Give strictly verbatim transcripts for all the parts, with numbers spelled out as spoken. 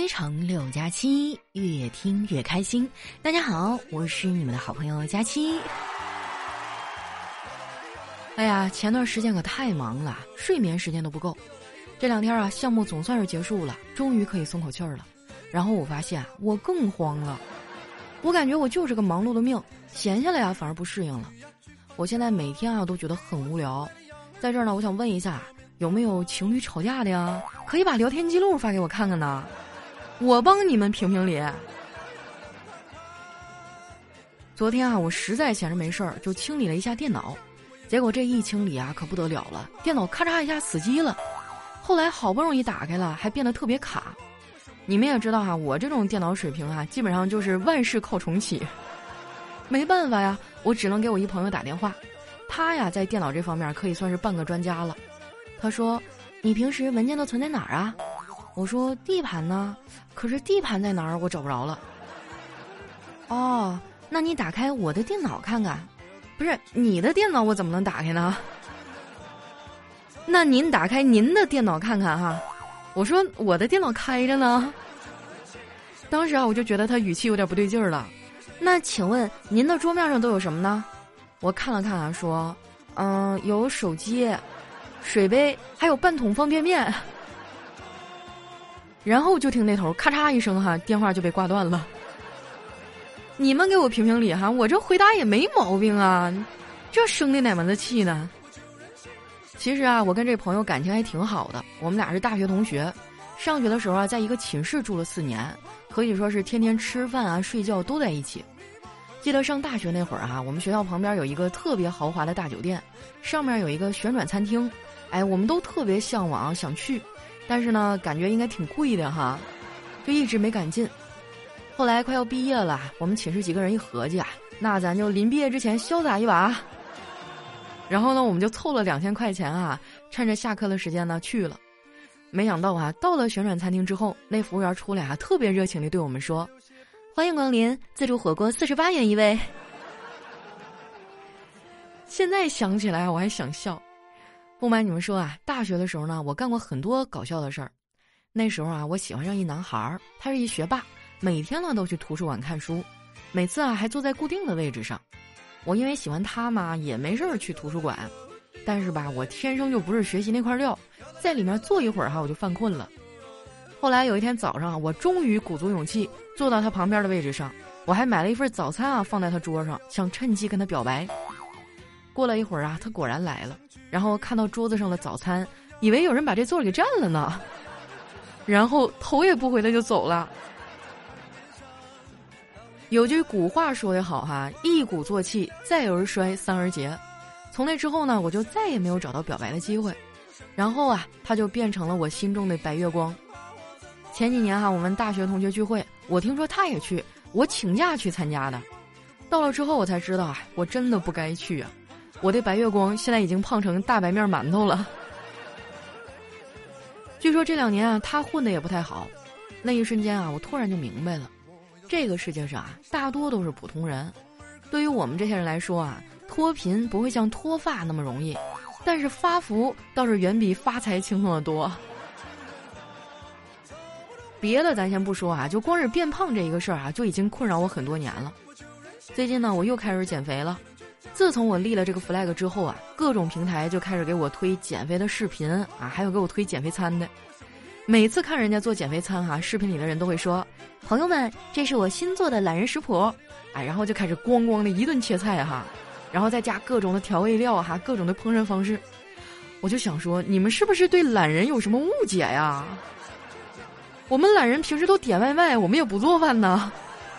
非常六加七，越听越开心。大家好，我是你们的好朋友佳期。哎呀，前段时间可太忙了，睡眠时间都不够。这两天啊，项目总算是结束了，终于可以松口气儿了。然后我发现啊，我更慌了。我感觉我就是个忙碌的命，闲下来啊反而不适应了。我现在每天啊都觉得很无聊。在这儿呢，我想问一下，有没有情侣吵架的呀？可以把聊天记录发给我看看呢，我帮你们评评理。昨天啊，我实在闲着没事儿，就清理了一下电脑，结果这一清理啊，可不得了了，电脑咔嚓一下死机了。后来好不容易打开了，还变得特别卡。你们也知道哈、啊，我这种电脑水平啊，基本上就是万事靠重启。没办法呀，我只能给我一朋友打电话，他呀在电脑这方面可以算是半个专家了。他说：“你平时文件都存在哪儿啊？”我说：“地盘呢？可是地盘在哪儿？我找不着了。”哦，那你打开我的电脑看看。不是，你的电脑我怎么能打开呢？那您打开您的电脑看看哈。我说我的电脑开着呢。当时啊，我就觉得他语气有点不对劲儿了。那请问您的桌面上都有什么呢？我看了看啊，说，嗯，有手机、水杯，还有半桶方便面。然后就听那头咔嚓一声哈，电话就被挂断了。你们给我评评理哈，我这回答也没毛病啊，这生的哪门子气呢？其实啊，我跟这朋友感情还挺好的，我们俩是大学同学，上学的时候啊，在一个寝室住了四年，可以说是天天吃饭啊、睡觉都在一起。记得上大学那会儿啊，我们学校旁边有一个特别豪华的大酒店，上面有一个旋转餐厅，哎，我们都特别向往想去，但是呢，感觉应该挺贵的哈，就一直没敢进。后来快要毕业了，我们寝室几个人一合计啊，那咱就临毕业之前潇洒一把。然后呢，我们就凑了两千块钱啊，趁着下课的时间呢去了。没想到啊，到了旋转餐厅之后，那服务员出来啊，特别热情地对我们说：“欢迎光临，自助火锅四十八元一位。”现在想起来我还想笑。不瞒你们说啊，大学的时候呢，我干过很多搞笑的事儿。那时候啊，我喜欢上一男孩，他是一学霸，每天呢都去图书馆看书，每次啊还坐在固定的位置上。我因为喜欢他嘛，也没事儿去图书馆，但是吧，我天生就不是学习那块料，在里面坐一会儿哈，我就犯困了。后来有一天早上，我终于鼓足勇气坐到他旁边的位置上，我还买了一份早餐啊，放在他桌上，想趁机跟他表白。过了一会儿啊，他果然来了，然后看到桌子上的早餐，以为有人把这座给占了呢，然后头也不回的就走了。有句古话说得好哈，一鼓作气，再而衰，三而竭。从那之后呢，我就再也没有找到表白的机会。然后啊，他就变成了我心中的白月光。前几年哈、啊，我们大学同学聚会，我听说他也去，我请假去参加的。到了之后我才知道啊，我真的不该去啊。我的白月光现在已经胖成大白面馒头了。据说这两年啊，他混得也不太好。那一瞬间啊，我突然就明白了。这个世界上啊，大多都是普通人。对于我们这些人来说啊，脱贫不会像脱发那么容易，但是发福倒是远比发财轻松得多。别的咱先不说啊，就光是变胖这一个事儿啊，就已经困扰我很多年了。最近呢，我又开始减肥了。自从我立了这个 flag 之后啊，各种平台就开始给我推减肥的视频啊，还有给我推减肥餐的。每次看人家做减肥餐哈、啊，视频里的人都会说：“朋友们，这是我新做的懒人食谱。”哎，然后就开始咣咣的一顿切菜哈，然后再加各种的调味料哈，各种的烹饪方式。我就想说，你们是不是对懒人有什么误解呀？我们懒人平时都点外卖，我们也不做饭呢。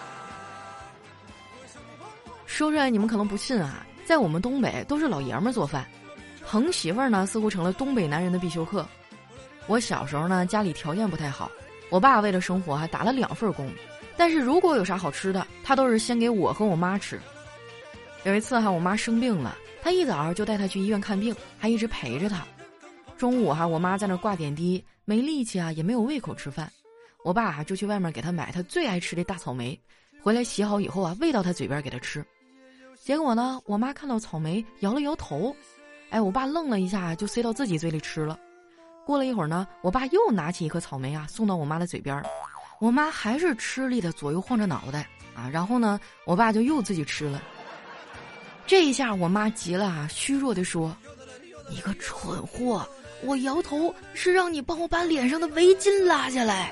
说出来你们可能不信啊，在我们东北都是老爷们儿做饭，疼媳妇儿呢似乎成了东北男人的必修课。我小时候呢，家里条件不太好，我爸为了生活还打了两份工，但是如果有啥好吃的，他都是先给我和我妈吃。有一次哈，我妈生病了，他一早就带她去医院看病，还一直陪着她。中午哈，我妈在那挂点滴，没力气啊，也没有胃口吃饭。我爸哈就去外面给她买她最爱吃的大草莓，回来洗好以后啊，喂到她嘴边给她吃。结果呢，我妈看到草莓摇了摇头，哎，我爸愣了一下，就塞到自己嘴里吃了。过了一会儿呢，我爸又拿起一颗草莓啊，送到我妈的嘴边。 我妈还是吃力的左右晃着脑袋啊，然后呢，我爸就又自己吃了。这一下我妈急了啊，虚弱的说：“你个蠢货，我摇头是让你帮我把脸上的围巾拉下来。”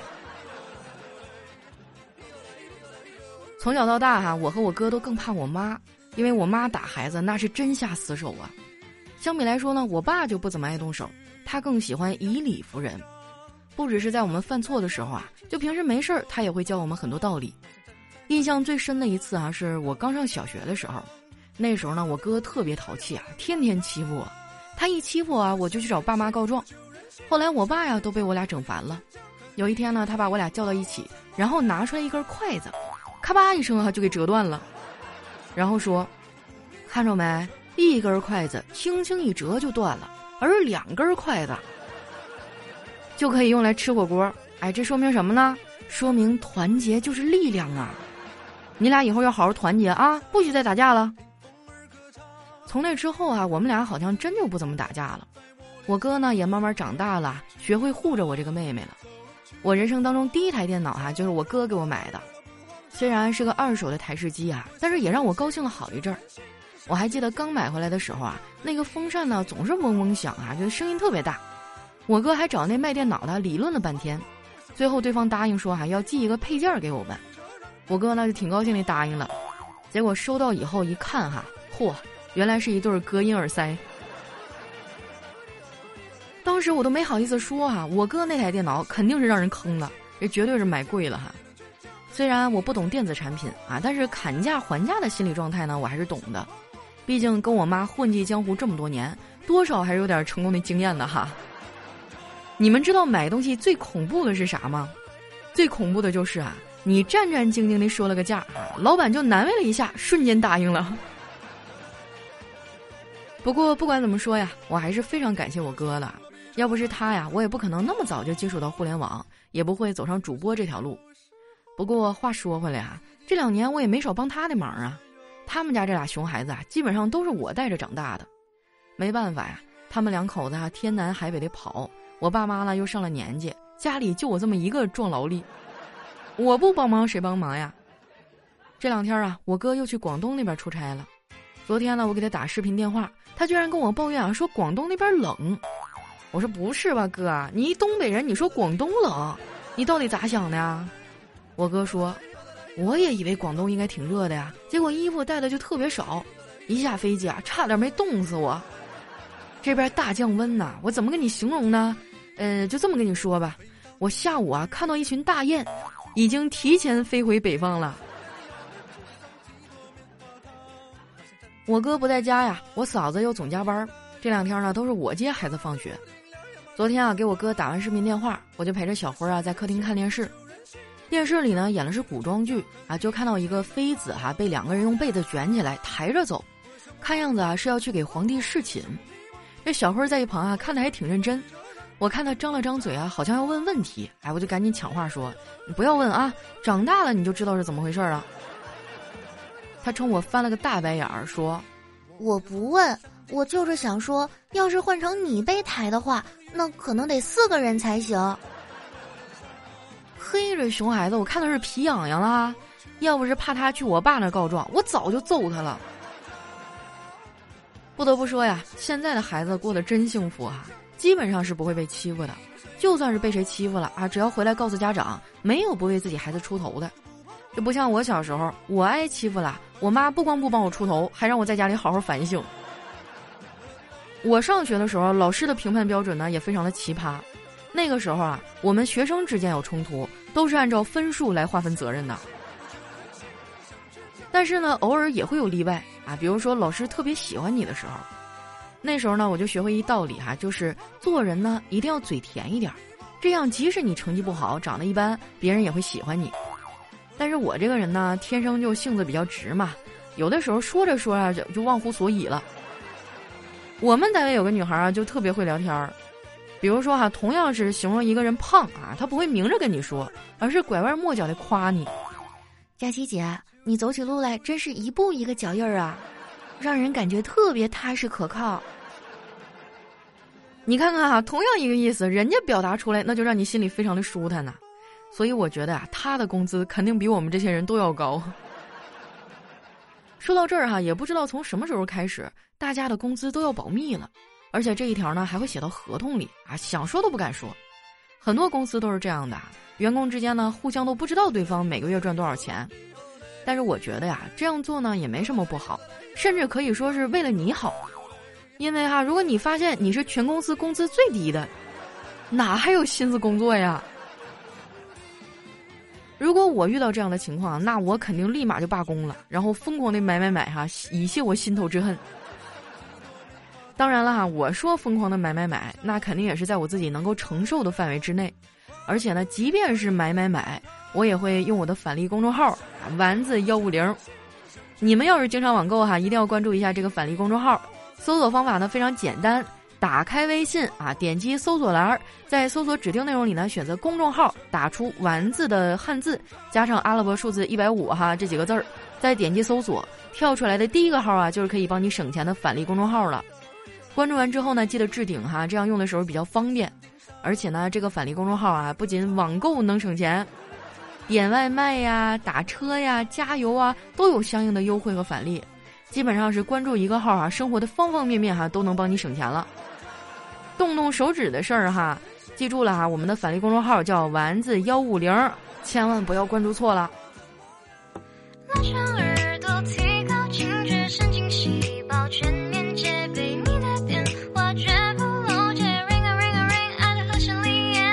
从小到大哈、啊，我和我哥都更怕我妈，因为我妈打孩子那是真下死手啊。相比来说呢，我爸就不怎么爱动手，他更喜欢以理服人。不只是在我们犯错的时候啊，就平时没事儿，他也会教我们很多道理。印象最深的一次啊，是我刚上小学的时候。那时候呢，我哥特别淘气啊，天天欺负我。他一欺负我啊，我就去找爸妈告状。后来我爸呀都被我俩整烦了。有一天呢，他把我俩叫到一起，然后拿出来一根筷子，咔吧一声啊就给折断了。然后说：“看着没，一根筷子轻轻一折就断了，而两根筷子就可以用来吃火锅。哎，这说明什么呢？说明团结就是力量啊！你俩以后要好好团结啊，不许再打架了。”从那之后啊，我们俩好像真就不怎么打架了。我哥呢也慢慢长大了，学会护着我这个妹妹了。我人生当中第一台电脑啊，就是我哥给我买的，虽然是个二手的台式机啊，但是也让我高兴了好一阵儿。我还记得刚买回来的时候啊，那个风扇呢总是嗡嗡响啊，就声音特别大。我哥还找那卖电脑的理论了半天，最后对方答应说啊要寄一个配件给我们。我哥呢就挺高兴地答应了，结果收到以后一看哈，嚯！原来是一对隔音耳塞。当时我都没好意思说哈、啊，我哥那台电脑肯定是让人坑了，这绝对是买贵了哈。虽然我不懂电子产品啊，但是砍价还价的心理状态呢，我还是懂的。毕竟跟我妈混迹江湖这么多年，多少还是有点成功的经验的哈。你们知道买东西最恐怖的是啥吗？最恐怖的就是啊，你战战兢兢地说了个价啊，老板就难为了一下，瞬间答应了。不过不管怎么说呀，我还是非常感谢我哥的，要不是他呀，我也不可能那么早就接触到互联网，也不会走上主播这条路。不过话说回来啊，这两年我也没少帮他的忙啊。他们家这俩熊孩子啊，基本上都是我带着长大的。没办法呀，他们两口子啊，天南海北的跑，我爸妈呢又上了年纪，家里就我这么一个壮劳力，我不帮忙谁帮忙呀？这两天啊，我哥又去广东那边出差了。昨天呢，我给他打视频电话，他居然跟我抱怨啊，说广东那边冷。我说不是吧哥，你一东北人，你说广东冷，你到底咋想的呀？我哥说，我也以为广东应该挺热的呀，结果衣服带的就特别少，一下飞机啊，差点没冻死我。这边大降温呐，我怎么跟你形容呢？呃，就这么跟你说吧，我下午啊看到一群大雁，已经提前飞回北方了。我哥不在家呀，我嫂子又总加班，这两天呢都是我接孩子放学。昨天啊给我哥打完视频电话，我就陪着小辉啊在客厅看电视。电视里呢演的是古装剧啊，就看到一个妃子哈、啊、被两个人用被子卷起来抬着走，看样子啊是要去给皇帝侍寝。这小辉在一旁啊看得还挺认真，我看他张了张嘴啊，好像要问问题，哎，我就赶紧抢话说：“你不要问啊，长大了你就知道是怎么回事了。”他冲我翻了个大白眼儿，说：“ 我不问，我就是想说，要是换成你被抬的话，那可能得四个人才行。” 嘿，这熊孩子，我看他是皮痒痒了，要不是怕他去我爸那告状，我早就揍他了。不得不说呀，现在的孩子过得真幸福啊，基本上是不会被欺负的。就算是被谁欺负了啊，只要回来告诉家长，没有不为自己孩子出头的。就不像我小时候，我挨欺负了，我妈不光不帮我出头，还让我在家里好好反省。我上学的时候，老师的评判标准呢也非常的奇葩。那个时候啊，我们学生之间有冲突，都是按照分数来划分责任的。但是呢，偶尔也会有例外啊，比如说老师特别喜欢你的时候，那时候呢，我就学会一道理哈、啊，就是做人呢一定要嘴甜一点，这样即使你成绩不好，长得一般，别人也会喜欢你。但是我这个人呢，天生就性子比较直嘛，有的时候说着说着就就忘乎所以了。我们单位有个女孩啊，就特别会聊天，比如说哈、啊，同样是形容一个人胖啊，她不会明着跟你说，而是拐弯抹角的夸你。 佳琪姐，你走起路来真是一步一个脚印儿啊，让人感觉特别踏实可靠。 你看看哈、啊，同样一个意思，人家表达出来，那就让你心里非常的舒坦呐、啊。 所以我觉得啊，他的工资肯定比我们这些人都要高。说到这儿哈，也不知道从什么时候开始，大家的工资都要保密了，而且这一条呢还会写到合同里啊，想说都不敢说。很多公司都是这样的，员工之间呢互相都不知道对方每个月赚多少钱。但是我觉得呀，这样做呢也没什么不好，甚至可以说是为了你好。因为哈，如果你发现你是全公司工资最低的，哪还有心思工作呀？如果我遇到这样的情况，那我肯定立马就罢工了，然后疯狂的买买买哈，以泄我心头之恨。当然了哈，我说疯狂的买买买，那肯定也是在我自己能够承受的范围之内。而且呢，即便是买买买，我也会用我的返利公众号丸子一五零。你们要是经常网购哈，一定要关注一下这个返利公众号。搜索方法呢非常简单，打开微信啊，点击搜索栏，在搜索指定内容里呢选择公众号，打出丸子的汉字加上阿拉伯数字一百五哈这几个字儿，再点击搜索，跳出来的第一个号啊就是可以帮你省钱的返利公众号了。关注完之后呢，记得置顶哈，这样用的时候比较方便。而且呢，这个返利公众号啊，不仅网购能省钱，点外卖呀、打车呀、加油啊，都有相应的优惠和返利。基本上是关注一个号啊，生活的方方面面哈都能帮你省钱了。动动手指的事儿哈，记住了哈，我们的返利公众号叫丸子一五零，千万不要关注错了。拉长耳朵提高警觉神经细胞，全面戒备你的电话，绝不漏接 ring a ring a ring 爱的和弦里耶。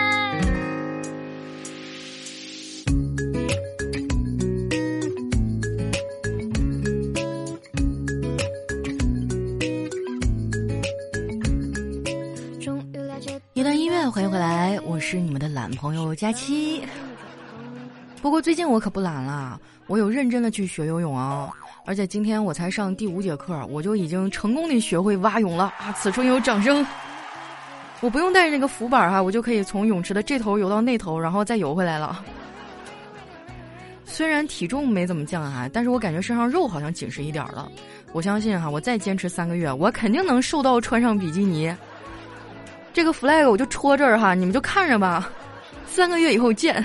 一段音乐，欢迎回来，我是你们的懒朋友佳期。不过最近我可不懒了，我有认真的去学游泳啊，而且今天我才上第五节课，我就已经成功的学会蛙泳了啊！此处有掌声。我不用带着那个浮板哈、啊，我就可以从泳池的这头游到那头，然后再游回来了。虽然体重没怎么降啊，但是我感觉身上肉好像紧实一点了。我相信哈、啊，我再坚持三个月，我肯定能瘦到穿上比基尼。这个 flag 我就戳这儿哈，你们就看着吧，三个月以后见。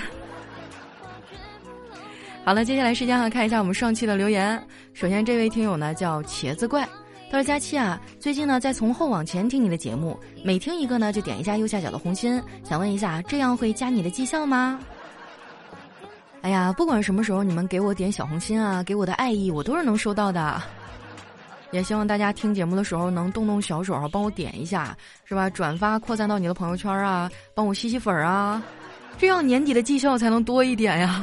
好了，接下来时间哈，看一下我们上期的留言。首先这位听友呢叫茄子怪，他说佳期啊，最近呢在从后往前听你的节目，每听一个呢就点一下右下角的红心，想问一下，这样会加你的绩效吗？哎呀，不管什么时候你们给我点小红心啊，给我的爱意我都是能收到的。也希望大家听节目的时候能动动小手啊，帮我点一下，是吧？转发扩散到你的朋友圈啊，帮我吸吸粉啊，这样年底的绩效才能多一点呀。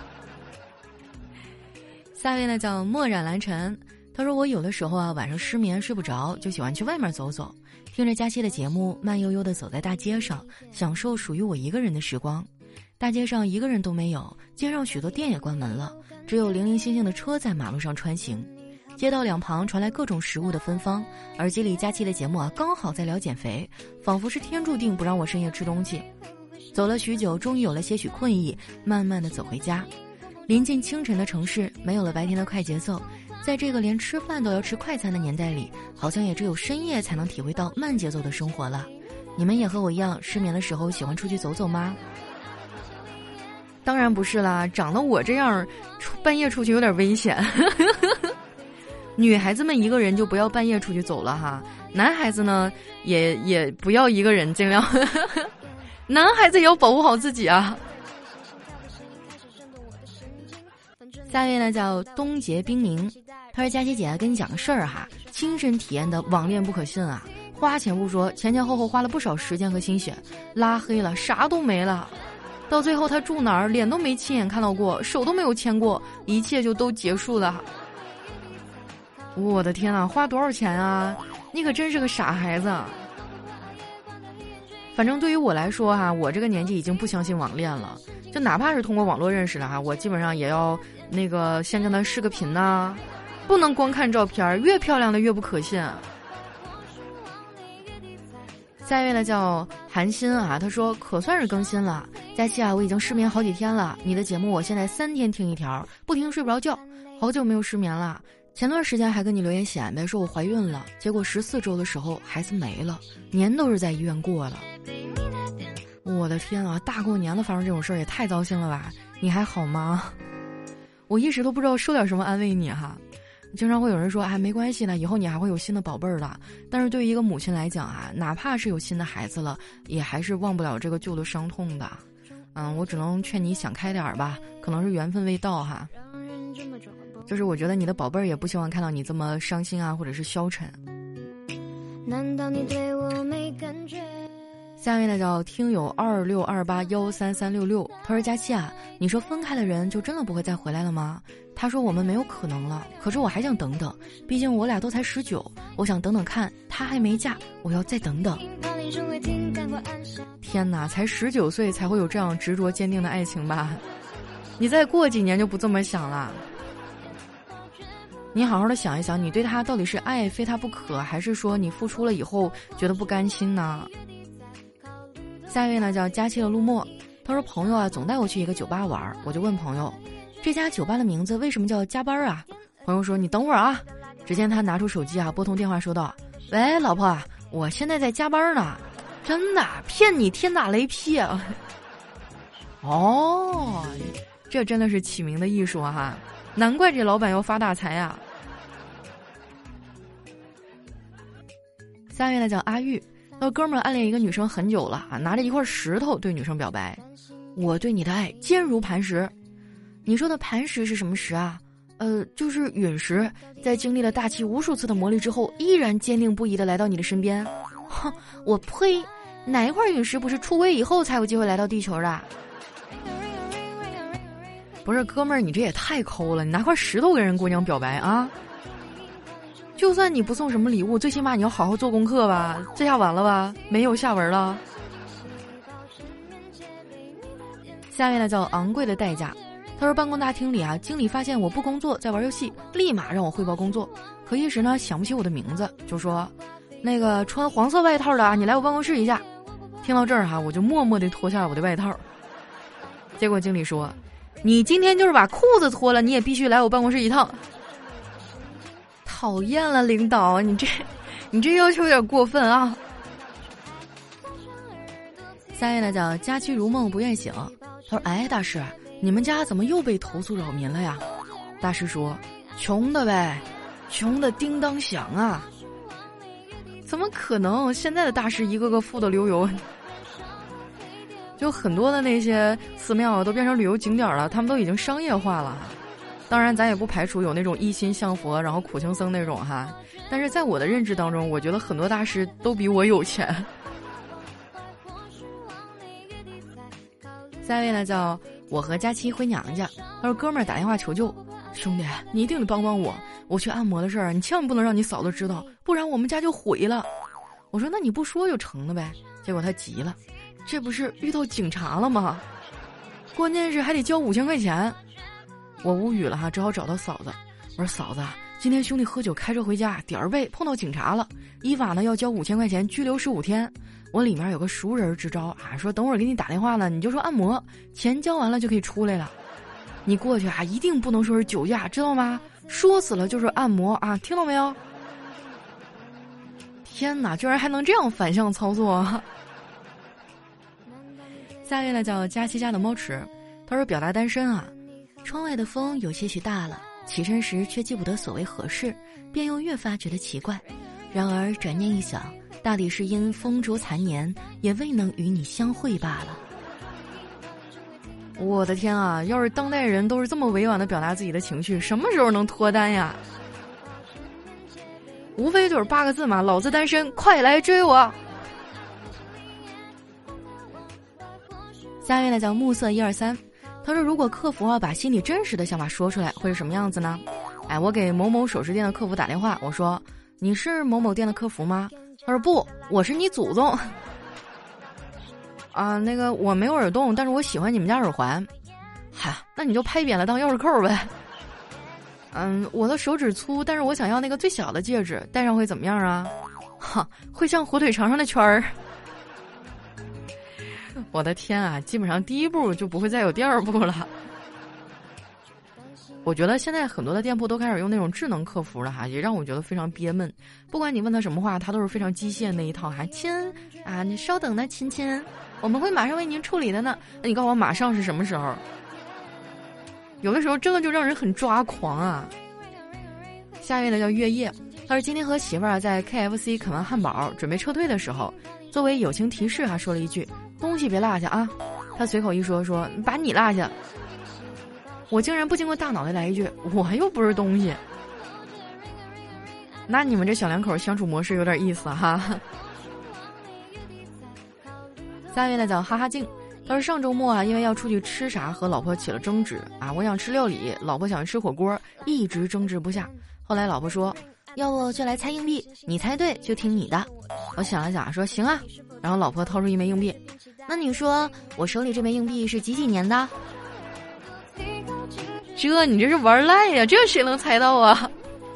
下位呢叫墨染蓝尘，他说我有的时候啊晚上失眠睡不着，就喜欢去外面走走，听着佳期的节目，慢悠悠地走在大街上，享受属于我一个人的时光。大街上一个人都没有，街上许多店也关门了，只有零零星星的车在马路上穿行。街道两旁传来各种食物的芬芳，耳机里佳期的节目啊刚好在聊减肥，仿佛是天注定不让我深夜吃东西。走了许久，终于有了些许困意，慢慢地走回家。临近清晨的城市，没有了白天的快节奏，在这个连吃饭都要吃快餐的年代里，好像也只有深夜才能体会到慢节奏的生活了。你们也和我一样，失眠的时候喜欢出去走走吗？当然不是啦，长得我这样，半夜出去有点危险。女孩子们一个人就不要半夜出去走了哈，男孩子呢也也不要一个人，尽量男孩子也要保护好自己啊。下一位呢叫东杰冰明，他说佳琪姐跟你讲个事儿哈，亲身体验的网恋不可信啊，花钱不说，前前后后花了不少时间和心血，拉黑了啥都没了，到最后他住哪儿脸都没亲眼看到过，手都没有牵过，一切就都结束了。我的天啊，花多少钱啊，你可真是个傻孩子。反正对于我来说哈，我这个年纪已经不相信网恋了，就哪怕是通过网络认识的哈，我基本上也要那个先跟他视个频呐，不能光看照片，越漂亮的越不可信。下一位呢叫韩欣啊，他说可算是更新了，佳期啊，我已经失眠好几天了，你的节目我现在三天听一条，不听睡不着觉，好久没有失眠了。前段时间还跟你留言显摆说我怀孕了，结果十四周的时候孩子没了，年都是在医院过了。我我的天啊，大过年的发生这种事儿也太糟心了吧？你还好吗？我一时都不知道说点什么安慰你哈。经常会有人说，哎，没关系的，以后你还会有新的宝贝儿的。但是对于一个母亲来讲啊，哪怕是有新的孩子了，也还是忘不了这个旧的伤痛的。嗯，我只能劝你想开点儿吧，可能是缘分未到哈。就是我觉得你的宝贝儿也不希望看到你这么伤心啊，或者是消沉。难道你对我没感觉？下面呢叫听友二六二八幺三三六六，他说佳期啊，你说分开的人就真的不会再回来了吗？他说我们没有可能了，可是我还想等等，毕竟我俩都才十九，我想等等看，他还没嫁，我要再等等。天哪，才十九岁才会有这样执着坚定的爱情吧？你再过几年就不这么想了。你好好的想一想，你对他到底是爱非他不可，还是说你付出了以后觉得不甘心呢？下一位呢叫佳期的陆墨，他说朋友啊总带我去一个酒吧玩，我就问朋友，这家酒吧的名字为什么叫加班啊？朋友说你等会儿啊。只见他拿出手机啊拨通电话说道，喂老婆，我现在在加班呢。真的骗你天打雷劈啊！哦，这真的是起名的艺术啊哈，难怪这老板要发大财啊。下面呢叫阿玉，那哥们儿暗恋一个女生很久了啊，拿着一块石头对女生表白，我对你的爱坚如磐石。你说的磐石是什么石啊？呃，就是陨石，在经历了大气无数次的磨砺之后，依然坚定不移地来到你的身边。哼，我呸！哪一块陨石不是出轨以后才有机会来到地球的？不是哥们儿，你这也太抠了！你拿块石头跟人姑娘表白啊？就算你不送什么礼物，最起码你要好好做功课吧？这下完了吧？没有下文了。下面呢叫昂贵的代价。他说办公大厅里啊，经理发现我不工作在玩游戏，立马让我汇报工作，可一时呢想不起我的名字，就说那个穿黄色外套的啊，你来我办公室一下。听到这儿哈，我就默默地脱下我的外套。结果经理说，你今天就是把裤子脱了，你也必须来我办公室一趟。讨厌了领导，你这你这要求有点过分啊。下面呢叫佳期如梦不愿醒，他说哎大师，你们家怎么又被投诉扰民了呀？大师说，穷的呗，穷的叮当响啊。怎么可能？现在的大师一个个富得流油，就很多的那些寺庙都变成旅游景点了，他们都已经商业化了。当然咱也不排除有那种一心向佛然后苦行僧那种哈，但是在我的认知当中，我觉得很多大师都比我有钱。下一位呢叫我和佳期回娘家，他说哥们儿打电话求救，兄弟你一定得帮帮我，我去按摩的事儿你千万不能让你嫂子知道，不然我们家就毁了。我说那你不说就成了呗。结果他急了，这不是遇到警察了吗？关键是还得交五千块钱。我无语了哈，只好找到嫂子，我说嫂子，今天兄弟喝酒开车回家点儿背碰到警察了，依法呢要交五千块钱，拘留十五天。我里面有个熟人支招啊，说等会儿给你打电话呢，你就说按摩，钱交完了就可以出来了。你过去啊，一定不能说是酒驾，知道吗？说死了就是按摩啊，听到没有？天哪，居然还能这样反向操作！下一位呢叫佳期家的猫池，他说表达单身啊。窗外的风有些许大了，起身时却记不得所谓何事，便又越发觉得奇怪。然而转念一想，大抵是因风烛残年，也未能与你相会罢了。我的天啊，要是当代人都是这么委婉的表达自己的情绪，什么时候能脱单呀？无非就是八个字嘛，老子单身，快来追我。下一位呢叫暮色一二三，他说如果客服啊把心里真实的想法说出来，会是什么样子呢？哎，我给某某首饰店的客服打电话，我说你是某某店的客服吗？他说不，我是你祖宗。啊，那个我没有耳洞，但是我喜欢你们家耳环。哈，那你就拍扁了当钥匙扣呗。嗯，我的手指粗，但是我想要那个最小的戒指，戴上会怎么样啊？哈，会像火腿肠上的圈儿。我的天啊，基本上第一步就不会再有第二步了。我觉得现在很多的店铺都开始用那种智能客服了哈，也让我觉得非常憋闷。不管你问他什么话，他都是非常机械那一套哈，亲啊，你稍等呢，亲亲。 我们会马上为您处理的呢。那你告诉我马上是什么时候？有的时候真的就让人很抓狂啊。下一位呢叫月夜，他说今天和媳妇儿在 K F C 啃完汉堡准备撤退的时候，作为友情提示还说了一句东西别落下啊。他随口一说说把你落下，我竟然不经过大脑袋来一句我又不是东西。那你们这小两口相处模式有点意思哈。下一位呢叫哈哈静，他说上周末啊因为要出去吃啥和老婆起了争执啊，我想吃料理，老婆想吃火锅，一直争执不下。后来老婆说要不就来猜硬币，你猜对就听你的。我想了想说行啊，然后老婆掏出一枚硬币，那你说我手里这枚硬币是几几年的？这你这是玩赖呀，这谁能猜到啊？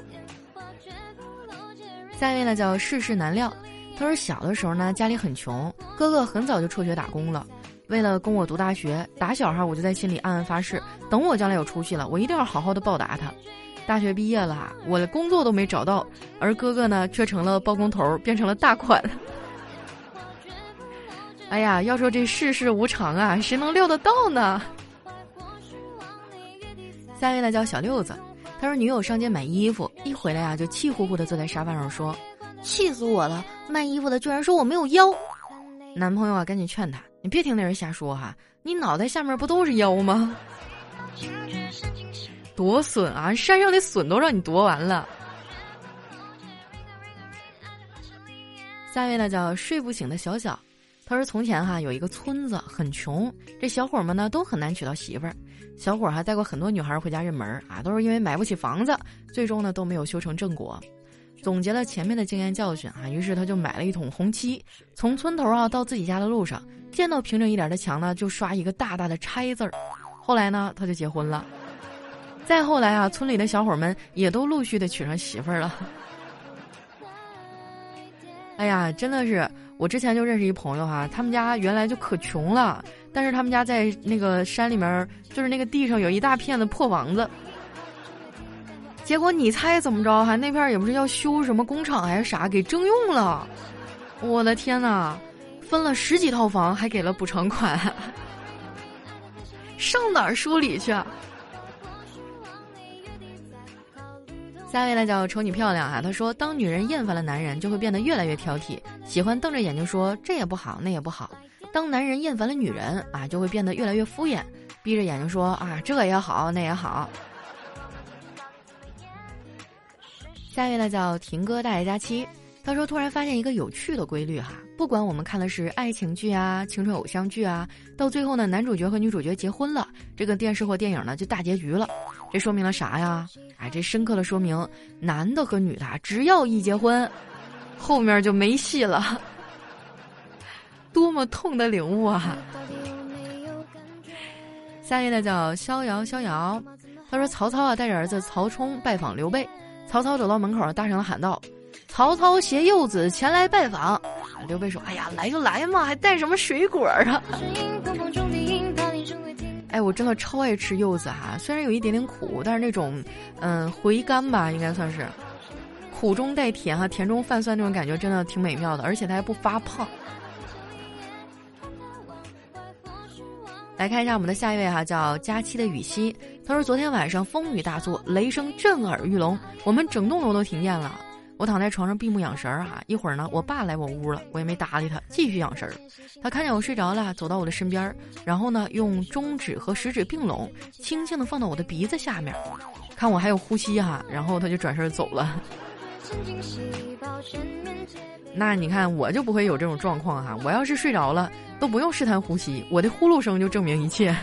下一位呢叫世事难料，他说小的时候呢家里很穷，哥哥很早就辍学打工了，为了供我读大学，打小哈我就在心里暗暗发誓，等我将来有出息了，我一定要好好的报答他。大学毕业了，我的工作都没找到，而哥哥呢却成了包工头，变成了大款。哎呀，要说这世事无常啊，谁能料得到呢？下一位呢叫小六子，他说女友上街买衣服，一回来啊就气呼呼的坐在沙发上说，气死我了，卖衣服的居然说我没有腰。男朋友啊赶紧劝他，你别听那人瞎说哈，你脑袋下面不都是腰吗？多损啊，山上的笋都让你夺完了。下一位呢叫睡不醒的小小，他说从前哈有一个村子很穷，这小伙们呢都很难娶到媳妇儿，小伙还带过很多女孩回家认门啊，都是因为买不起房子，最终呢都没有修成正果。总结了前面的经验教训啊，于是他就买了一桶红漆，从村头啊到自己家的路上，见到平整一点的墙呢就刷一个大大的拆字儿。后来呢他就结婚了，再后来啊村里的小伙们也都陆续的娶上媳妇儿了。哎呀，真的是，我之前就认识一朋友哈，他们家原来就可穷了，但是他们家在那个山里面，就是那个地上有一大片的破房子。结果你猜怎么着哈？那片也不是要修什么工厂还是啥，给征用了。我的天哪，分了十几套房，还给了补偿款，上哪儿说理去啊？下一位呢叫瞅你漂亮啊，他说当女人厌烦了男人，就会变得越来越挑剔，喜欢瞪着眼睛说这也不好那也不好。当男人厌烦了女人啊，就会变得越来越敷衍，闭着眼睛说啊这也好那也好。下一位呢叫婷哥大爷佳期，他说突然发现一个有趣的规律哈，不管我们看的是爱情剧啊青春偶像剧啊，到最后呢男主角和女主角结婚了，这个电视或电影呢就大结局了。这说明了啥呀？哎，这深刻的说明男的和女的只要一结婚，后面就没戏了。多么痛的领悟啊！下一位呢叫逍遥逍遥，他说曹操啊带着儿子曹冲拜访刘备，曹操走到门口大声喊道，曹操携幼子前来拜访。刘备说哎呀来就来嘛，还带什么水果啊？哎，我真的超爱吃柚子哈，虽然有一点点苦，但是那种嗯回甘吧，应该算是苦中带甜哈，甜中泛酸那种感觉真的挺美妙的，而且它还不发胖。来看一下我们的下一位哈，叫佳期的雨熙，他说昨天晚上风雨大作，雷声震耳欲聋，我们整栋楼都停电了。我躺在床上闭目养神儿哈，一会儿呢我爸来我屋了，我也没搭理他，继续养神儿。他看见我睡着了，走到我的身边，然后呢用中指和食指并拢，轻轻地放到我的鼻子下面，看我还有呼吸哈，然后他就转身走了。那你看我就不会有这种状况哈，我要是睡着了都不用试探呼吸，我的呼噜声就证明一切。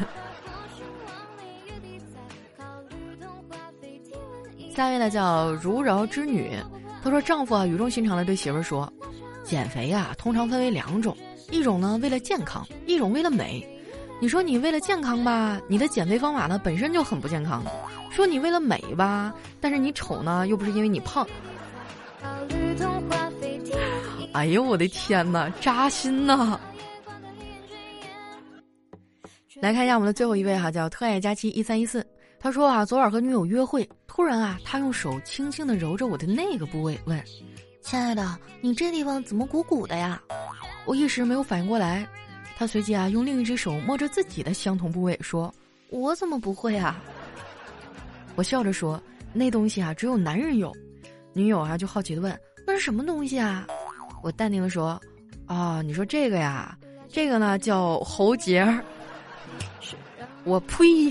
下一位呢叫如饶之女，她说丈夫啊语重心长地对媳妇儿说，减肥啊通常分为两种，一种呢为了健康，一种为了美。你说你为了健康吧，你的减肥方法呢本身就很不健康，说你为了美吧，但是你丑呢又不是因为你胖。哎呦我的天哪，扎心呐！来看一下我们的最后一位哈，叫特爱佳期一三一四。他说啊，昨晚和女友约会，突然啊，他用手轻轻地揉着我的那个部位，问：“亲爱的，你这地方怎么鼓鼓的呀？”我一时没有反应过来， 他随即啊用另一只手摸着自己的相同部位说：“我怎么不会啊？”我笑着说：“那东西啊只有男人有。”女友啊就好奇地问：“那是什么东西啊？”我淡定地说：“啊，你说这个呀，这个呢叫喉结儿。”我呸！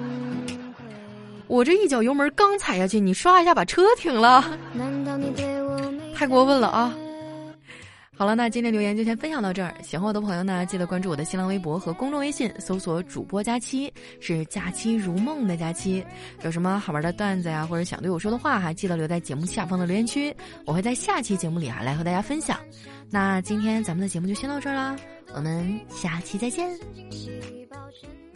我这一脚油门刚踩下去，你刷一下把车停了，太过分了啊！好了，那今天留言就先分享到这儿。喜欢我的朋友呢，记得关注我的新浪微博和公众微信，搜索主播佳期，是假期如梦的佳期。有什么好玩的段子呀，或者想对我说的话，还记得留在节目下方的留言区，我会在下期节目里啊来和大家分享。那今天咱们的节目就先到这儿啦，我们下期再见。